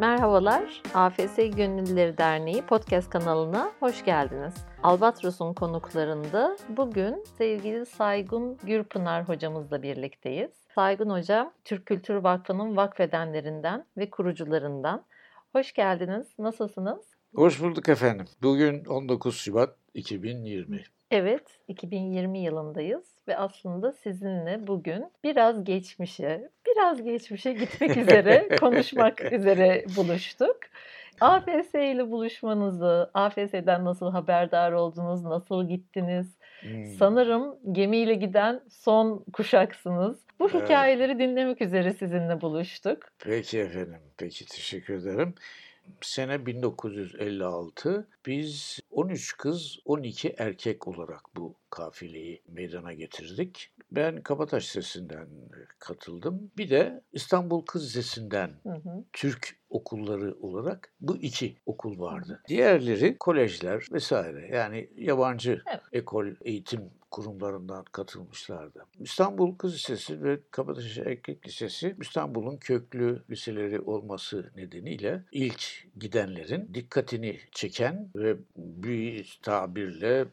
Merhabalar, AFS Gönüllüleri Derneği podcast kanalına hoş geldiniz. Albatros'un konuklarında bugün sevgili Saygun Gürpınar hocamızla birlikteyiz. Saygun hocam, Türk Kültür Vakfı'nın vakfedenlerinden ve kurucularından. Hoş geldiniz, nasılsınız? Hoş bulduk efendim. Bugün 19 Şubat 2020. Evet, 2020 yılındayız ve aslında sizinle bugün biraz geçmişe gitmek üzere, konuşmak üzere buluştuk. AFS ile buluşmanızı, AFS'den nasıl haberdar oldunuz, nasıl gittiniz? Sanırım gemiyle giden son kuşaksınız. Bu hikayeleri dinlemek üzere sizinle buluştuk. Peki efendim, peki teşekkür ederim. Sene 1956, biz 13 kız, 12 erkek olarak bu kafileyi meydana getirdik. Ben Kabataş Lisesi'nden katıldım. Bir de İstanbul Kız Lisesi'nden Türk okulları olarak bu iki okul vardı. Diğerleri kolejler vesaire, yani yabancı ekol eğitim kurumlarından katılmışlardı. İstanbul Kız Lisesi ve Kabataş Erkek Lisesi İstanbul'un köklü liseleri olması nedeniyle ilk gidenlerin dikkatini çeken ve bir tabirle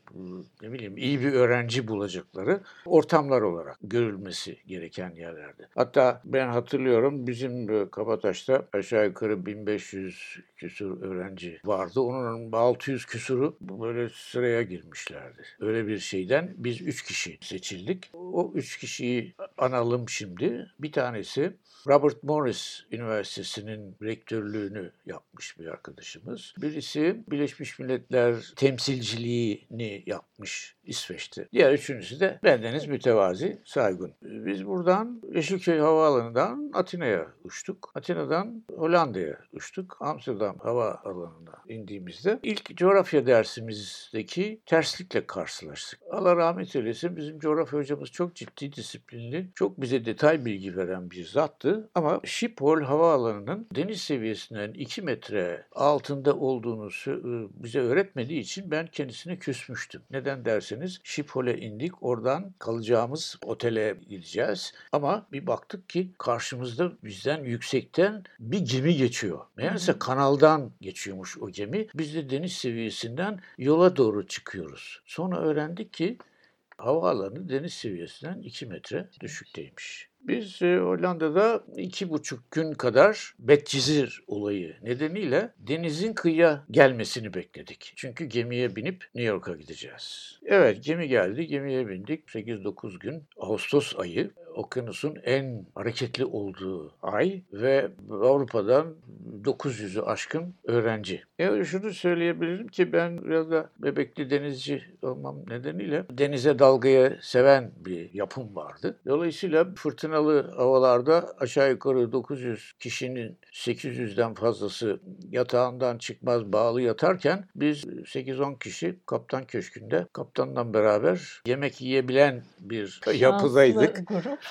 iyi bir öğrenci bulacakları ortamlar olarak görülmesi gereken yerlerdi. Hatta ben hatırlıyorum, bizim Kabataş'ta aşağı yukarı 1500 küsur öğrenci vardı. Onun 600 küsuru böyle sıraya girmişlerdi. Öyle bir şeyden biz 3 kişi seçildik. O 3 kişiyi analım şimdi. Bir tanesi Robert Morris Üniversitesi'nin rektörlüğünü yapmış bir arkadaşımız. Birisi Birleşmiş Milletler temsilciliğini yapmış İsveç'te. Diğer üçüncüsü de bendeniz mütevazi Saygun. Biz buradan Yeşilköy Havaalanı'ndan Atina'ya uçtuk. Atina'dan Hollanda'ya uçtuk. Amsterdam Havaalanı'na indiğimizde ilk coğrafya dersimizdeki terslikle karşılaştık. Allah rahmet eylesin, bizim coğrafya hocamız çok ciddi, disiplinli, çok bize detay bilgi veren bir zattı. Ama Schiphol Havaalanı'nın deniz seviyesinden 2 metre altında olduğunu bize öğretmediği için ben kendisine küsmüştüm. Neden derseniz, Schiphol'e indik, oradan kalacağımız otele gideceğiz. Ama bir baktık ki karşımızda bizden yüksekten bir gemi geçiyor. Meğerse kanaldan geçiyormuş o gemi. Biz de deniz seviyesinden yola doğru çıkıyoruz. Sonra öğrendik ki havaalanı deniz seviyesinden 2 metre düşükteymiş. Biz Hollanda'da 2,5 gün kadar Betcizir olayı nedeniyle denizin kıyıya gelmesini bekledik. Çünkü gemiye binip New York'a gideceğiz. Evet, gemi geldi, gemiye bindik. 8-9 gün, Ağustos ayı, okyanusun en hareketli olduğu ay ve Avrupa'dan 900'ü aşkın öğrenci. Şunu söyleyebilirim ki ben biraz da bebekli denizci olmam nedeniyle denize dalgaya seven bir yapım vardı. Dolayısıyla fırtınalı havalarda aşağı yukarı 900 kişinin 800'den fazlası yatağından çıkmaz bağlı yatarken biz 8-10 kişi kaptan köşkünde kaptanla beraber yemek yiyebilen bir yapıdaydık.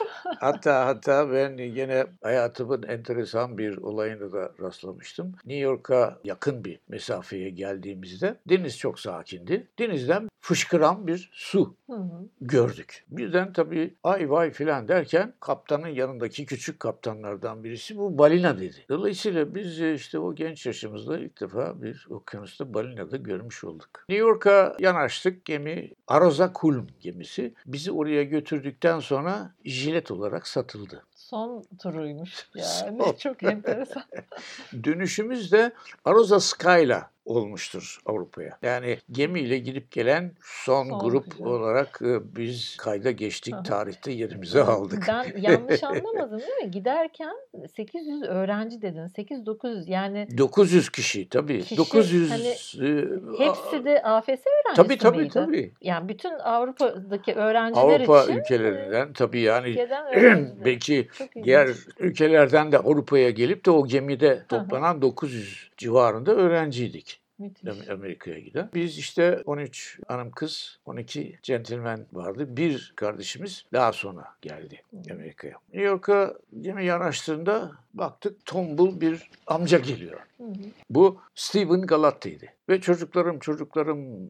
Hatta ben yine hayatımın enteresan bir olayına da rastlamıştım. New York'a yakın bir mesafeye geldiğimizde deniz çok sakindi. Denizden fışkıran bir su gördük. Birden tabii ay vay filan derken kaptanın yanındaki küçük kaptanlardan birisi bu balina dedi. Dolayısıyla biz işte o genç yaşımızda ilk defa bir okyanusta balina da görmüş olduk. New York'a yanaştık. Gemi Arosa Kulm gemisi. Bizi oraya götürdükten sonra jilet olarak satıldı. Son turuymuş yani. Çok enteresan. Dönüşümüz de Arosa Sky'la olmuştur Avrupa'ya. Yani gemiyle gidip gelen son grup olarak biz kayda geçtik, tarihte yerimizi aldık. Ben yanlış anlamadım değil mi? Giderken 800 öğrenci dedin. 800-900 yani. 900 kişi tabii. 900 hani hepsi de AFS öğrencisi miydi? Tabii. Yani bütün Avrupa'daki öğrenciler Avrupa için. ülkelerinden tabii, yani belki diğer ülkelerden de Avrupa'ya gelip de o gemide toplanan 900 civarında öğrenciydik. Müthiş. Amerika'ya giden. Biz işte 13 hanım kız, 12 gentleman vardı. Bir kardeşimiz daha sonra geldi Amerika'ya. New York'a gemi yanaştığında baktık tombul bir amca geliyor. Bu Stephen Galatti'ydi. Ve çocuklarım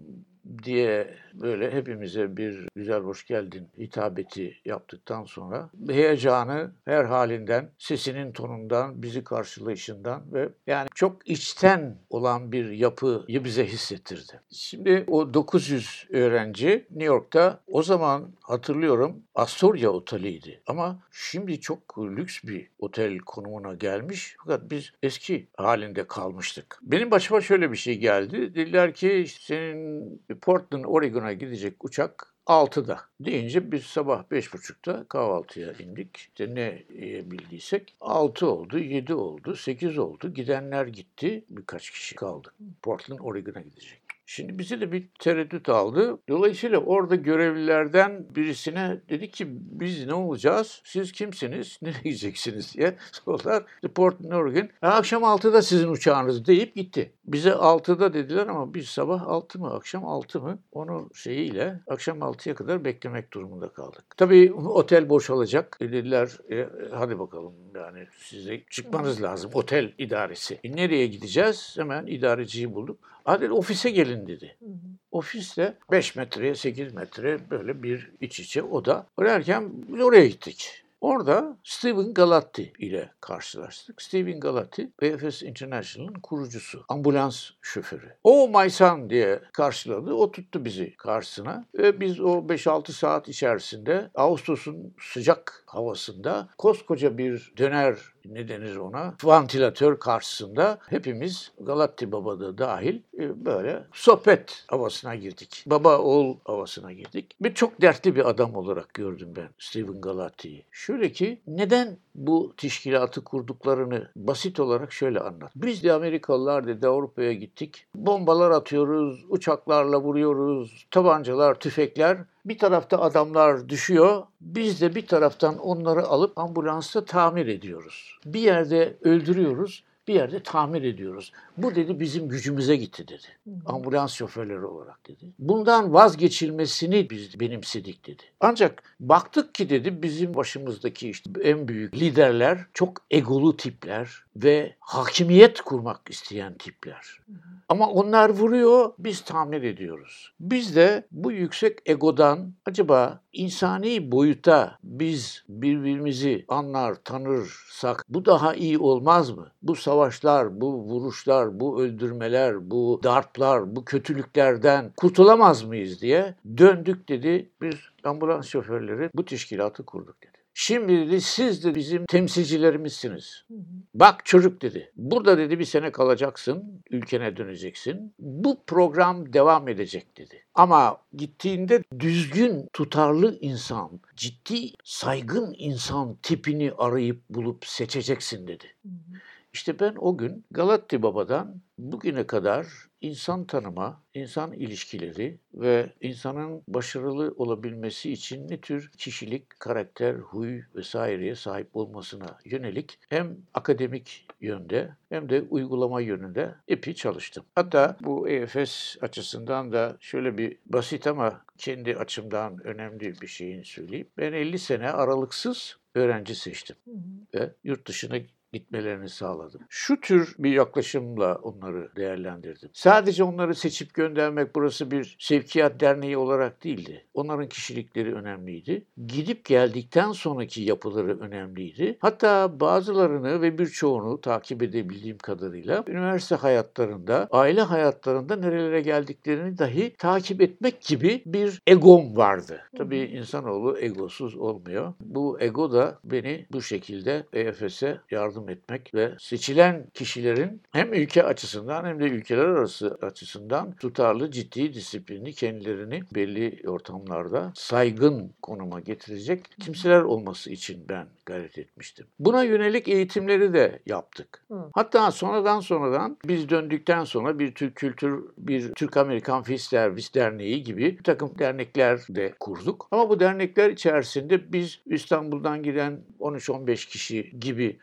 diye böyle hepimize bir güzel hoş geldin hitabeti yaptıktan sonra heyecanı her halinden, sesinin tonundan, bizi karşılayışından ve yani çok içten olan bir yapıyı bize hissettirdi. Şimdi o 900 öğrenci New York'ta, o zaman hatırlıyorum, Astoria Oteli'ydi. Ama şimdi çok lüks bir otel konumuna gelmiş. Fakat biz eski halinde kalmıştık. Benim başıma şöyle bir şey geldi. Dediler ki işte senin Portland, Oregon'a gidecek uçak 6'da deyince biz sabah 5.30'da kahvaltıya indik. İşte ne yiyebildiysek 6 oldu, 7 oldu, 8 oldu. Gidenler gitti. Birkaç kişi kaldı. Portland, Oregon'a gidecek. Şimdi bize de bir tereddüt aldı. Dolayısıyla orada görevlilerden birisine dedi ki biz ne olacağız? Siz kimsiniz? Nereye gideceksiniz diye sordular. Portland, Oregon. Akşam 6'da sizin uçağınız deyip gitti. Bize 6'da dediler ama biz sabah 6 mı, akşam 6 mı? Onu şeyiyle akşam 6'ya kadar beklemek durumunda kaldık. Tabii otel boşalacak. Dediler hadi bakalım yani size çıkmanız lazım. Otel idaresi. Nereye gideceğiz? Hemen idareciyi bulduk. Hadi ofise gelin dedi. Ofiste 5 metreye 8 metre böyle bir iç içe oda. Derken biz oraya gittik. Orada Stephen Galati ile karşılaştık. Stephen Galati, AFS International'ın kurucusu, ambulans şoförü. "Oh my son" diye karşıladı. O tuttu bizi karşısına. Ve biz o 5-6 saat içerisinde Ağustos'un sıcak havasında koskoca bir döner, ne denir ona, vantilatör karşısında hepimiz, Galati Baba da dahil, böyle sohbet havasına girdik. Baba oğul havasına girdik. Bir çok dertli bir adam olarak gördüm ben Stephen Galati'yi. Şöyle ki neden bu teşkilatı kurduklarını basit olarak şöyle anlat. Biz de Amerikalılar dedi Avrupa'ya gittik. Bombalar atıyoruz, uçaklarla vuruyoruz, tabancalar, tüfekler. Bir tarafta adamlar düşüyor. Biz de bir taraftan onları alıp ambulansta tamir ediyoruz. Bir yerde öldürüyoruz, bir yerde tamir ediyoruz. Bu dedi bizim gücümüze gitti dedi. Ambulans şoförleri olarak dedi. Bundan vazgeçilmesini biz benimsedik dedi. Ancak baktık ki dedi bizim başımızdaki işte en büyük liderler çok egolu tipler ve hakimiyet kurmak isteyen tipler. Ama onlar vuruyor, biz tamir ediyoruz. Biz de bu yüksek egodan acaba insani boyuta biz birbirimizi anlar, tanırsak bu daha iyi olmaz mı? Bu savaşlar, bu vuruşlar, bu öldürmeler, bu darplar, bu kötülüklerden kurtulamaz mıyız diye döndük dedi. Biz ambulans şoförleri bu teşkilatı kurduk dedi. Şimdi dedi siz de bizim temsilcilerimizsiniz. Bak çocuk dedi. Burada dedi bir sene kalacaksın, ülkene döneceksin. Bu program devam edecek dedi. Ama gittiğinde düzgün, tutarlı insan, ciddi, saygın insan tipini arayıp bulup seçeceksin dedi. İşte ben o gün Galati Baba'dan bugüne kadar insan tanıma, insan ilişkileri ve insanın başarılı olabilmesi için ne tür kişilik, karakter, huy vesaireye sahip olmasına yönelik hem akademik yönde hem de uygulama yönünde epey çalıştım. Hatta bu EFS açısından da şöyle bir basit ama kendi açımdan önemli bir şeyini söyleyeyim. Ben 50 sene aralıksız öğrenci seçtim ve yurt dışına gitmelerini sağladım. Şu tür bir yaklaşımla onları değerlendirdim. Sadece onları seçip göndermek burası bir sevkiyat derneği olarak değildi. Onların kişilikleri önemliydi. Gidip geldikten sonraki yapıları önemliydi. Hatta bazılarını ve birçoğunu takip edebildiğim kadarıyla üniversite hayatlarında, aile hayatlarında nerelere geldiklerini dahi takip etmek gibi bir egom vardı. Tabii insanoğlu egosuz olmuyor. Bu ego da beni bu şekilde EFS'e yardım etmek ve seçilen kişilerin hem ülke açısından hem de ülkeler arası açısından tutarlı, ciddi, disiplinli, kendilerini belli ortamlarda saygın konuma getirecek kimseler olması için ben gayret etmiştim. Buna yönelik eğitimleri de yaptık. Hatta sonradan biz döndükten sonra bir Türk Kültür, bir Türk-Amerikan Film Servis Derneği gibi bir takım dernekler de kurduk. Ama bu dernekler içerisinde biz İstanbul'dan giden 13-15 kişi gibi bir yönetim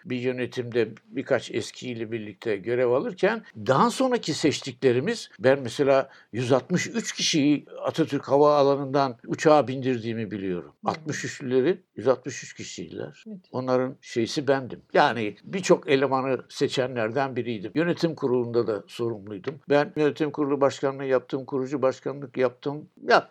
yönetimde birkaç eskiyle birlikte görev alırken daha sonraki seçtiklerimiz, ben mesela 163 kişiyi Atatürk Havaalanı'ndan uçağa bindirdiğimi biliyorum. 63'lüleri 163 kişiydiler. Evet. Onların şeysi bendim. Yani birçok elemanı seçenlerden biriydim. Yönetim kurulunda da sorumluydum. Ben yönetim kurulu başkanlığı yaptım, kurucu başkanlık yaptım.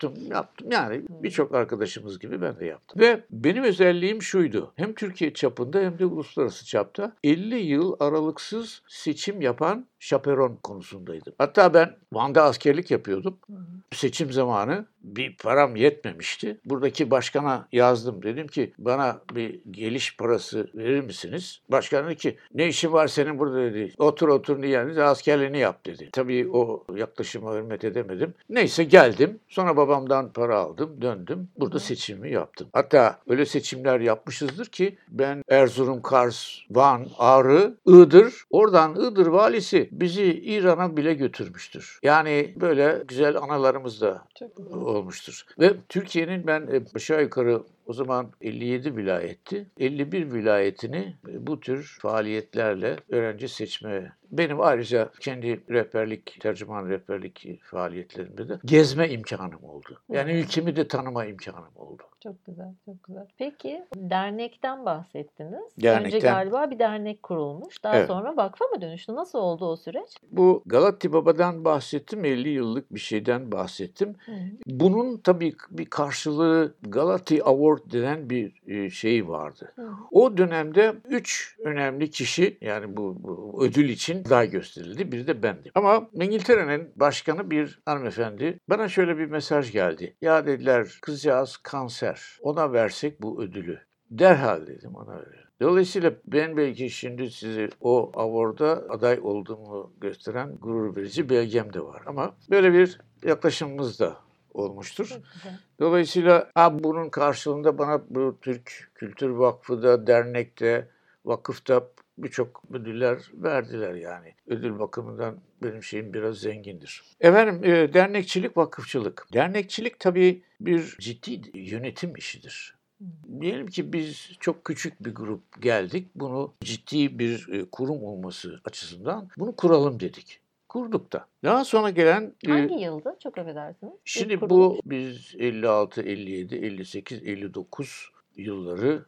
Yani birçok arkadaşımız gibi ben de yaptım. Ve benim özelliğim şuydu. Hem Türkiye çapında hem de uluslararası çapta 50 yıl aralıksız seçim yapan şaperon konusundaydım. Hatta ben Van'da askerlik yapıyordum. Seçim zamanı bir param yetmemişti. Buradaki başkana yazdım. Dedim ki bana bir geliş parası verir misiniz? Başkan dedi ki ne işin var senin burada dedi. Otur yani askerliğini yap dedi. Tabii o yaklaşıma hürmet edemedim. Neyse geldim. Sonra babamdan para aldım. Döndüm. Burada seçimimi yaptım. Hatta öyle seçimler yapmışızdır ki ben Erzurum, Kars, Van, Ağrı, Iğdır. Oradan Iğdır valisi bizi İran'a bile götürmüştür. Yani böyle güzel anılarımız da olmuştur. Ve Türkiye'nin ben aşağı yukarı o zaman 57 vilayetti. 51 vilayetini bu tür faaliyetlerle öğrenci seçme, benim ayrıca kendi tercüman rehberlik faaliyetlerimde de gezme imkanım oldu. Yani ülkemi de tanıma imkanım oldu. Çok güzel, çok güzel. Peki dernekten bahsettiniz. Dernekten, önce galiba bir dernek kurulmuş. Daha sonra vakfa mı dönüştü? Nasıl oldu o süreç? Bu Galati Baba'dan bahsettim, 50 yıllık bir şeyden bahsettim. Bunun tabii bir karşılığı Galati Award denen bir şey vardı. O dönemde 3 önemli kişi yani bu ödül için aday gösterildi. Biri de bendim. Ama İngiltere'nin başkanı bir hanımefendi bana şöyle bir mesaj geldi. Ya dediler kızcağız kanser. Ona versek bu ödülü. Derhal dedim ona verelim. Dolayısıyla ben belki şimdi size o award'a aday olduğumu gösteren gurur verici belgem de var. Ama böyle bir yaklaşımımız da olmuştur. Dolayısıyla bunun karşılığında bana bu Türk Kültür Vakfı'da, dernekte, vakıfta birçok ödüller verdiler yani. Ödül bakımından benim şeyim biraz zengindir. Efendim dernekçilik, vakıfçılık. Dernekçilik tabii bir ciddi yönetim işidir. Diyelim ki biz çok küçük bir grup geldik. Bunu ciddi bir kurum olması açısından bunu kuralım dedik. Kurduk da. Daha sonra gelen... Hangi yıldı? Çok affedersiniz. Şimdi bu biz 56, 57, 58, 59 yılları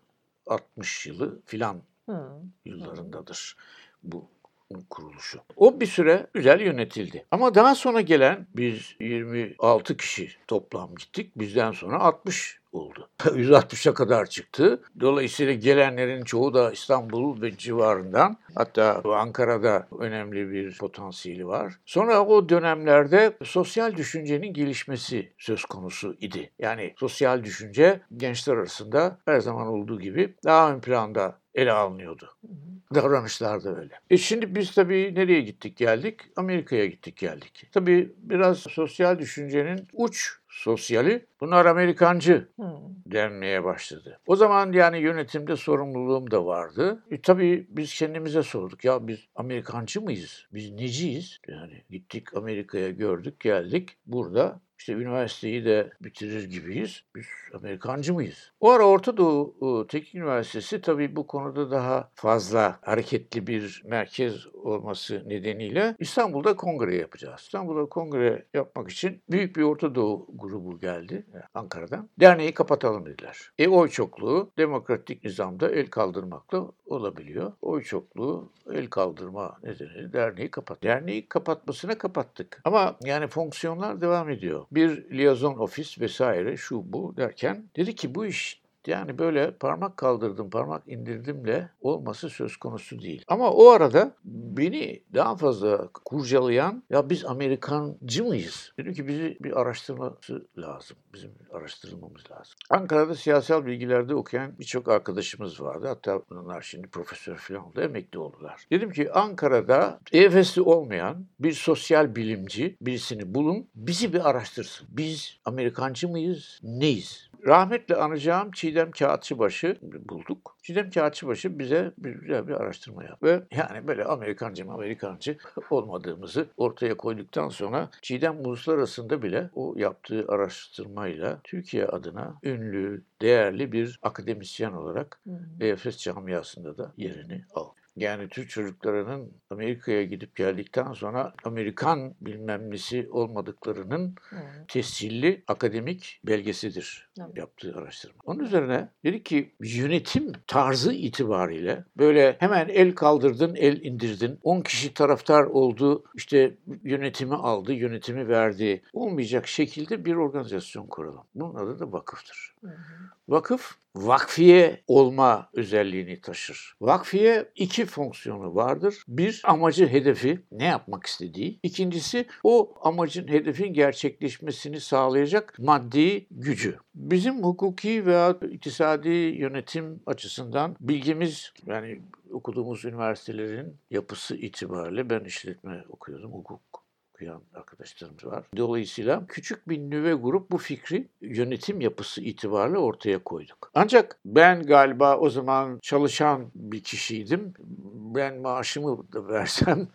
60 yılı filan yıllarındadır bu kuruluşu. O bir süre güzel yönetildi. Ama daha sonra gelen biz 26 kişi toplam gittik. Bizden sonra 60 oldu. 160'a kadar çıktı. Dolayısıyla gelenlerin çoğu da İstanbul ve civarından. Hatta Ankara'da önemli bir potansiyeli var. Sonra o dönemlerde sosyal düşüncenin gelişmesi söz konusu idi. Yani sosyal düşünce gençler arasında her zaman olduğu gibi daha ön planda ele alınıyordu. Davranışlar da öyle. Şimdi biz tabii nereye gittik geldik? Amerika'ya gittik geldik. Tabii biraz sosyal düşüncenin uç sosyali bunlar Amerikancı denmeye başladı. O zaman yani yönetimde sorumluluğum da vardı. Tabii biz kendimize sorduk. Ya biz Amerikancı mıyız? Biz neciyiz? Yani gittik Amerika'ya gördük geldik. Burada İşte üniversiteyi de bitirir gibiyiz. Biz Amerikancı mıyız? O ara Orta Doğu Teknik Üniversitesi tabii bu konuda daha fazla hareketli bir merkez olması nedeniyle İstanbul'da kongre yapacağız. İstanbul'da kongre yapmak için büyük bir Orta Doğu grubu geldi Ankara'dan. Derneği kapatalım dediler. Oy çokluğu demokratik nizamda el kaldırmakla olabiliyor. Oy çokluğu el kaldırma nedeniyle derneği kapat. Derneği kapatmasına kapattık. Ama yani fonksiyonlar devam ediyor. Bir liaison ofis vesaire şu bu derken dedi ki bu iş yani böyle parmak kaldırdım, parmak indirdimle olması söz konusu değil. Ama o arada beni daha fazla kurcalayan ya biz Amerikancı mıyız? Dedim ki bizi bir araştırması lazım. Bizim araştırmamız lazım. Ankara'da siyasal bilgilerde okuyan birçok arkadaşımız vardı. Hatta bunlar şimdi profesör falan oldu, emekli oldular. Dedim ki Ankara'da EFS'i olmayan bir sosyal bilimci birisini bulun, bizi bir araştırsın. Biz Amerikancı mıyız? Neyiz? Rahmetle anacağım Çiğdem Kağıtçıbaşı bulduk. Çiğdem Kağıtçıbaşı bize güzel bir araştırma yaptı. Ve yani böyle Amerikancı olmadığımızı ortaya koyduktan sonra Çiğdem uluslararasında bile o yaptığı araştırmayla Türkiye adına ünlü, değerli bir akademisyen olarak EFS camiasında da yerini aldı. Yani Türk çocuklarının Amerika'ya gidip geldikten sonra Amerikan bilmem nesi olmadıklarının tescilli akademik belgesidir Evet. yaptığı araştırma. Onun üzerine dedi ki yönetim tarzı itibariyle böyle hemen el kaldırdın, el indirdin. 10 kişi taraftar oldu, işte yönetimi aldı, yönetimi verdi. Olmayacak şekilde bir organizasyon kuralım. Bunun adı da vakıftır. Vakıf, vakfiye olma özelliğini taşır. Vakfiye iki fonksiyonu vardır. Bir, amacı, hedefi, ne yapmak istediği. İkincisi, o amacın, hedefin gerçekleşmesini sağlayacak maddi gücü. Bizim hukuki veya iktisadi yönetim açısından bilgimiz, yani okuduğumuz üniversitelerin yapısı itibariyle, ben işletme okuyordum, hukuk okuyan arkadaşlarımız var. Dolayısıyla küçük bir nüve grup bu fikri yönetim yapısı itibariyle ortaya koyduk. Ancak ben galiba o zaman çalışan bir kişiydim. Ben maaşımı da versem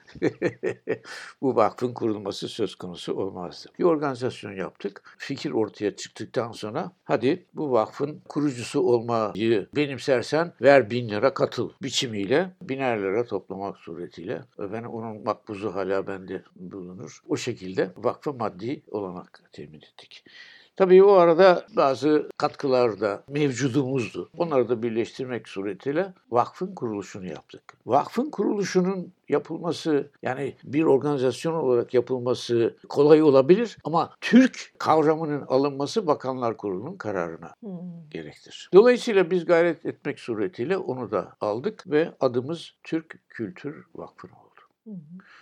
bu vakfın kurulması söz konusu olmazdı. Bir organizasyon yaptık. Fikir ortaya çıktıktan sonra hadi bu vakfın kurucusu olmayı benimsersen ver 1000 lira katıl biçimiyle 1000'er lira toplamak suretiyle ben onun makbuzu hala bende bulunur. O şekilde vakfa maddi olanak temin ettik. Tabii o arada bazı katkılar da mevcudumuzdu. Onları da birleştirmek suretiyle vakfın kuruluşunu yaptık. Vakfın kuruluşunun yapılması, yani bir organizasyon olarak yapılması kolay olabilir ama Türk kavramının alınması Bakanlar Kurulu'nun kararına gerektir. Dolayısıyla biz gayret etmek suretiyle onu da aldık ve adımız Türk Kültür Vakfı oldu.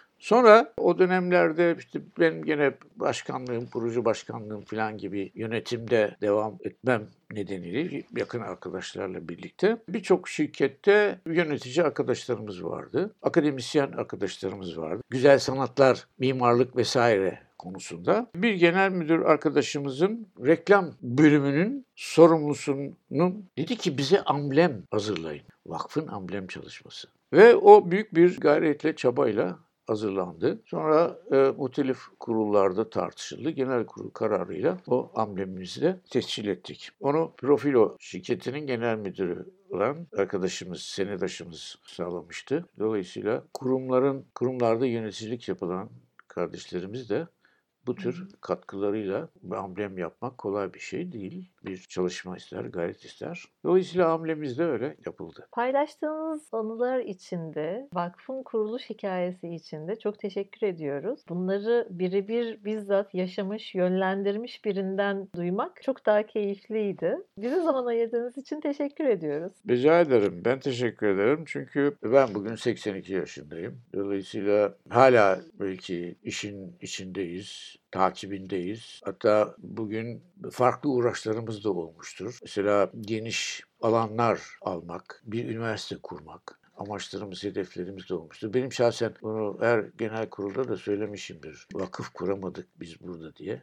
Sonra o dönemlerde işte benim gene başkanlığım, kurucu başkanlığım falan gibi yönetimde devam etmem nedeniyle yakın arkadaşlarla birlikte birçok şirkette yönetici arkadaşlarımız vardı. Akademisyen arkadaşlarımız vardı. Güzel sanatlar, mimarlık vesaire konusunda. Bir genel müdür arkadaşımızın reklam bölümünün sorumlusunun dedi ki bize amblem hazırlayın. Vakfın amblem çalışması. Ve o büyük bir gayretle, çabayla hazırlandı. Sonra muhtelif kurullarda tartışıldı. Genel kurul kararıyla o amblemimizi de tescil ettik. Onu Profilo şirketinin genel müdürü olan arkadaşımız, senedaşımız sağlamıştı. Dolayısıyla kurumlarda yöneticilik yapılan kardeşlerimiz de bu tür katkılarıyla amblem yapmak kolay bir şey değil. Bir çalışma ister, gayret ister. Dolayısıyla amblemiz de öyle yapıldı. Paylaştığınız anılar içinde, vakfın kuruluş hikayesi içinde çok teşekkür ediyoruz. Bunları birebir bizzat yaşamış, yönlendirmiş birinden duymak çok daha keyifliydi. Bize zaman ayırdığınız için teşekkür ediyoruz. Rica ederim. Ben teşekkür ederim. Çünkü ben bugün 82 yaşındayım. Dolayısıyla hala belki işin içindeyiz, takibindeyiz. Hatta bugün farklı uğraşlarımız da olmuştur. Mesela geniş alanlar almak, bir üniversite kurmak. Amaçlarımız, hedeflerimiz de olmuştur. Benim şahsen bunu her genel kurulda da söylemişimdir. Vakıf kuramadık biz burada diye.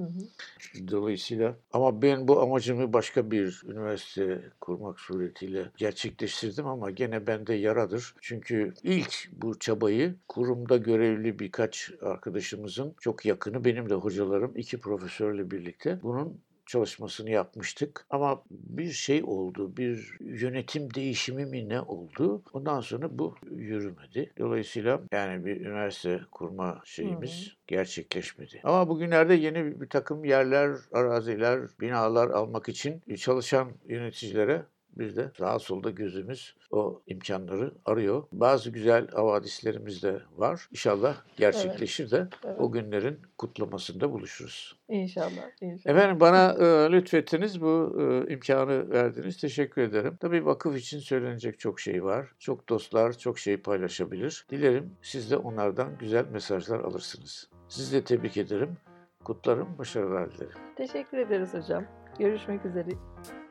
Dolayısıyla ama ben bu amacımı başka bir üniversite kurmak suretiyle gerçekleştirdim ama gene bende yaradır. Çünkü ilk bu çabayı kurumda görevli birkaç arkadaşımızın çok yakını, benim de hocalarım, 2 profesörle birlikte bunun çalışmasını yapmıştık. Ama bir şey oldu, bir yönetim değişimi mi ne oldu? Ondan sonra bu yürümedi. Dolayısıyla yani bir üniversite kurma şeyimiz gerçekleşmedi. Ama bugünlerde yeni bir takım yerler, araziler, binalar almak için çalışan yöneticilere biz de sağa solda gözümüz o imkanları arıyor. Bazı güzel havadislerimiz de var. İnşallah gerçekleşir de o günlerin kutlamasında buluşuruz. İnşallah. Efendim bana lütfettiniz, bu imkanı verdiniz. Teşekkür ederim. Tabii vakıf için söylenecek çok şey var. Çok dostlar çok şey paylaşabilir. Dilerim siz de onlardan güzel mesajlar alırsınız. Sizi de tebrik ederim. Kutlarım, başarılar dilerim. Teşekkür ederiz hocam. Görüşmek üzere.